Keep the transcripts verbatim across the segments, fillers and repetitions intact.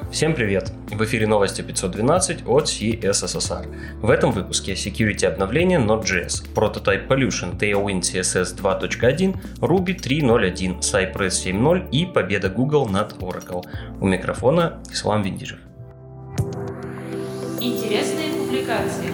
Всем привет! В эфире новости пятьсот двенадцать от си эс эс эс ар. В этом выпуске security обновление Node.js, Prototype Pollution, Tailwind си эс эс два точка один, Ruby три ноль один, Cypress семь ноль и победа Google над Oracle. У микрофона Ислам Виндижев. Интересные публикации.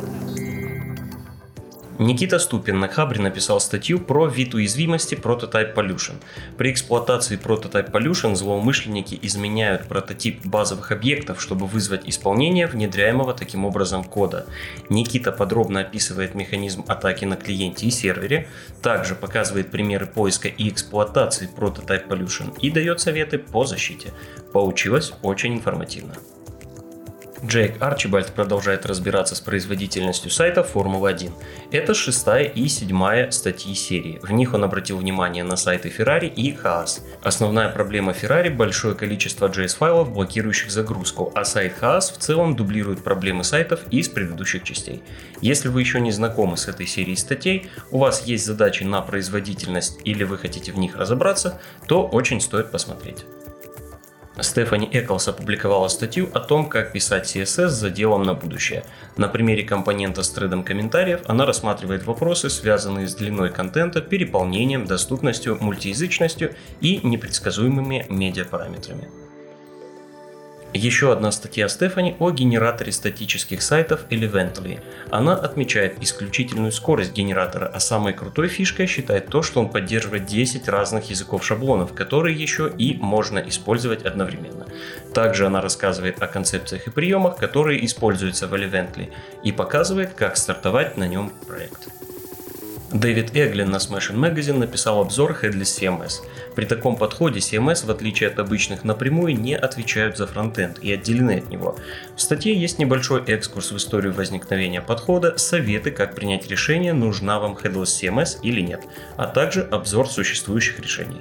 Никита Ступин на Хабре написал статью про вид уязвимости Prototype Pollution. При эксплуатации Prototype Pollution злоумышленники изменяют прототип базовых объектов, чтобы вызвать исполнение внедряемого таким образом кода. Никита подробно описывает механизм атаки на клиенте и сервере, также показывает примеры поиска и эксплуатации Prototype Pollution и дает советы по защите. Получилось очень информативно. Джейк Арчибальд продолжает разбираться с производительностью сайта Формулы один. Это шестая и седьмая статьи серии. В них он обратил внимание на сайты Ferrari и Haas. Основная проблема Ferrari – большое количество джей эс-файлов, блокирующих загрузку, а сайт Haas в целом дублирует проблемы сайтов из предыдущих частей. Если вы еще не знакомы с этой серией статей, у вас есть задачи на производительность или вы хотите в них разобраться, то очень стоит посмотреть. Стефани Эклс опубликовала статью о том, как писать си эс эс с заделом на будущее. На примере компонента с тредом комментариев она рассматривает вопросы, связанные с длиной контента, переполнением, доступностью, мультиязычностью и непредсказуемыми медиапараметрами. Еще одна статья Стефани о генераторе статических сайтов Elemently. Она отмечает исключительную скорость генератора, а самой крутой фишкой считает то, что он поддерживает десять разных языков шаблонов, которые еще и можно использовать одновременно. Также она рассказывает о концепциях и приемах, которые используются в Elemently, и показывает, как стартовать на нем проект. Дэвид Эглин на Smashing Magazine написал обзор Headless си эм эс. При таком подходе си эм эс, в отличие от обычных напрямую, не отвечают за фронтенд и отделены от него. В статье есть небольшой экскурс в историю возникновения подхода, советы, как принять решение, нужна вам Headless си эм эс или нет, а также обзор существующих решений.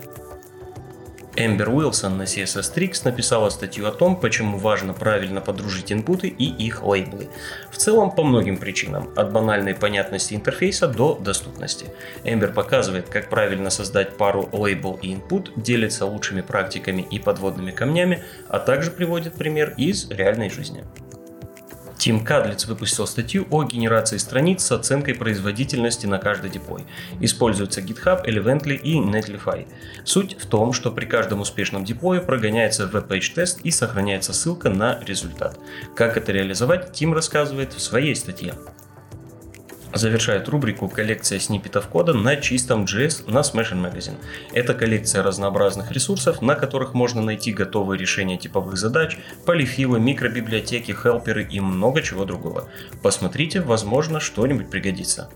Эмбер Уилсон на си эс эс Tricks написала статью о том, почему важно правильно подружить инпуты и их лейблы. В целом по многим причинам, от банальной понятности интерфейса до доступности. Эмбер показывает, как правильно создать пару label и input, делится лучшими практиками и подводными камнями, а также приводит пример из реальной жизни. Тим Кадлиц выпустил статью о генерации страниц с оценкой производительности на каждый деплой. Используются GitHub, Elemently и Netlify. Суть в том, что при каждом успешном деплое прогоняется веб-пейдж-тест и сохраняется ссылка на результат. Как это реализовать, Тим рассказывает в своей статье. Завершает рубрику коллекция сниппетов кода на чистом джей эс на Smashing Magazine. Это коллекция разнообразных ресурсов, на которых можно найти готовые решения типовых задач, полифилы, микробиблиотеки, хелперы и много чего другого. Посмотрите, возможно, что-нибудь пригодится.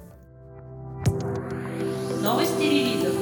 Новости релизов.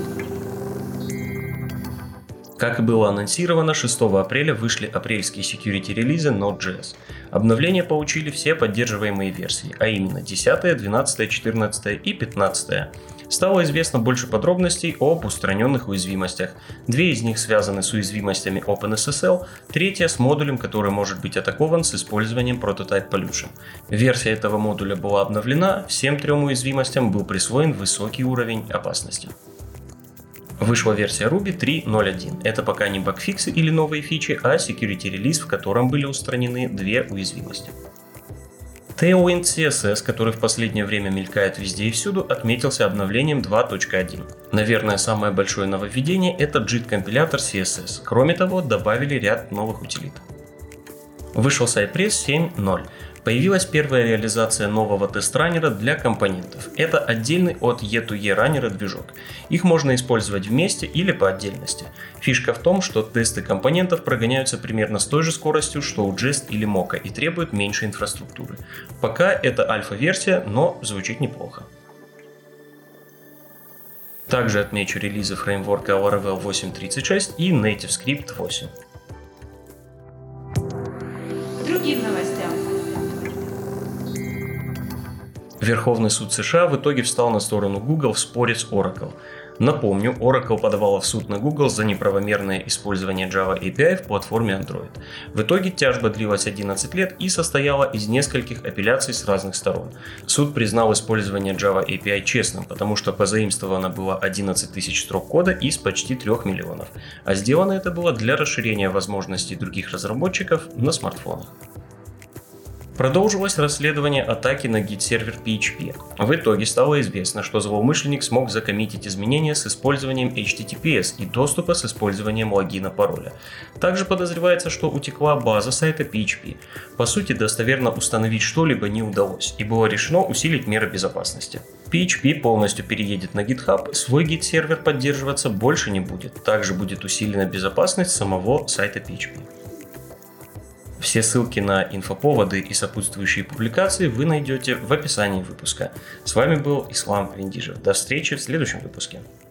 Как и было анонсировано, шестого апреля вышли апрельские security релизы Node.js. Обновления получили все поддерживаемые версии, а именно десятая, двенадцатая, четырнадцатая и пятнадцатая. Стало известно больше подробностей об устраненных уязвимостях. Две из них связаны с уязвимостями OpenSSL, третья с модулем, который может быть атакован с использованием Prototype Pollution. Версия этого модуля была обновлена, всем трем уязвимостям был присвоен высокий уровень опасности. Вышла версия Ruby три ноль один. Это пока не багфиксы или новые фичи, а security релиз, в котором были устранены две уязвимости. Tailwind си эс эс, который в последнее время мелькает везде и всюду, отметился обновлением два точка один. Наверное, самое большое нововведение – это джит-компилятор си эс эс. Кроме того, добавили ряд новых утилит. Вышел Cypress семь ноль. Появилась первая реализация нового тест-раннера для компонентов. Это отдельный от и ту и раннера движок. Их можно использовать вместе или по отдельности. Фишка в том, что тесты компонентов прогоняются примерно с той же скоростью, что у Jest или Mocha, и требуют меньше инфраструктуры. Пока это альфа-версия, но звучит неплохо. Также отмечу релизы фреймворка Laravel восемь тридцать шесть и NativeScript восемь. Другим новостям. Верховный суд США в итоге встал на сторону Google в споре с Oracle. Напомню, Oracle подавала в суд на Google за неправомерное использование Java эй пи ай в платформе Android. В итоге тяжба длилась одиннадцать лет и состояла из нескольких апелляций с разных сторон. Суд признал использование Java эй пи ай честным, потому что позаимствовано было одиннадцать тысяч строк кода из почти трёх миллионов, а сделано это было для расширения возможностей других разработчиков на смартфонах. Продолжилось расследование атаки на гид-сервер пи эйч пи. В итоге стало известно, что злоумышленник смог закоммитить изменения с использованием эйч ти ти пи эс и доступа с использованием логина-пароля. Также подозревается, что утекла база сайта пи эйч пи. По сути, достоверно установить что-либо не удалось, и было решено усилить меры безопасности. пи эйч пи полностью переедет на GitHub, свой гид-сервер поддерживаться больше не будет. Также будет усилена безопасность самого сайта пи эйч пи. Все ссылки на инфоповоды и сопутствующие публикации вы найдете в описании выпуска. С вами был Ислам Виндижев. До встречи в следующем выпуске.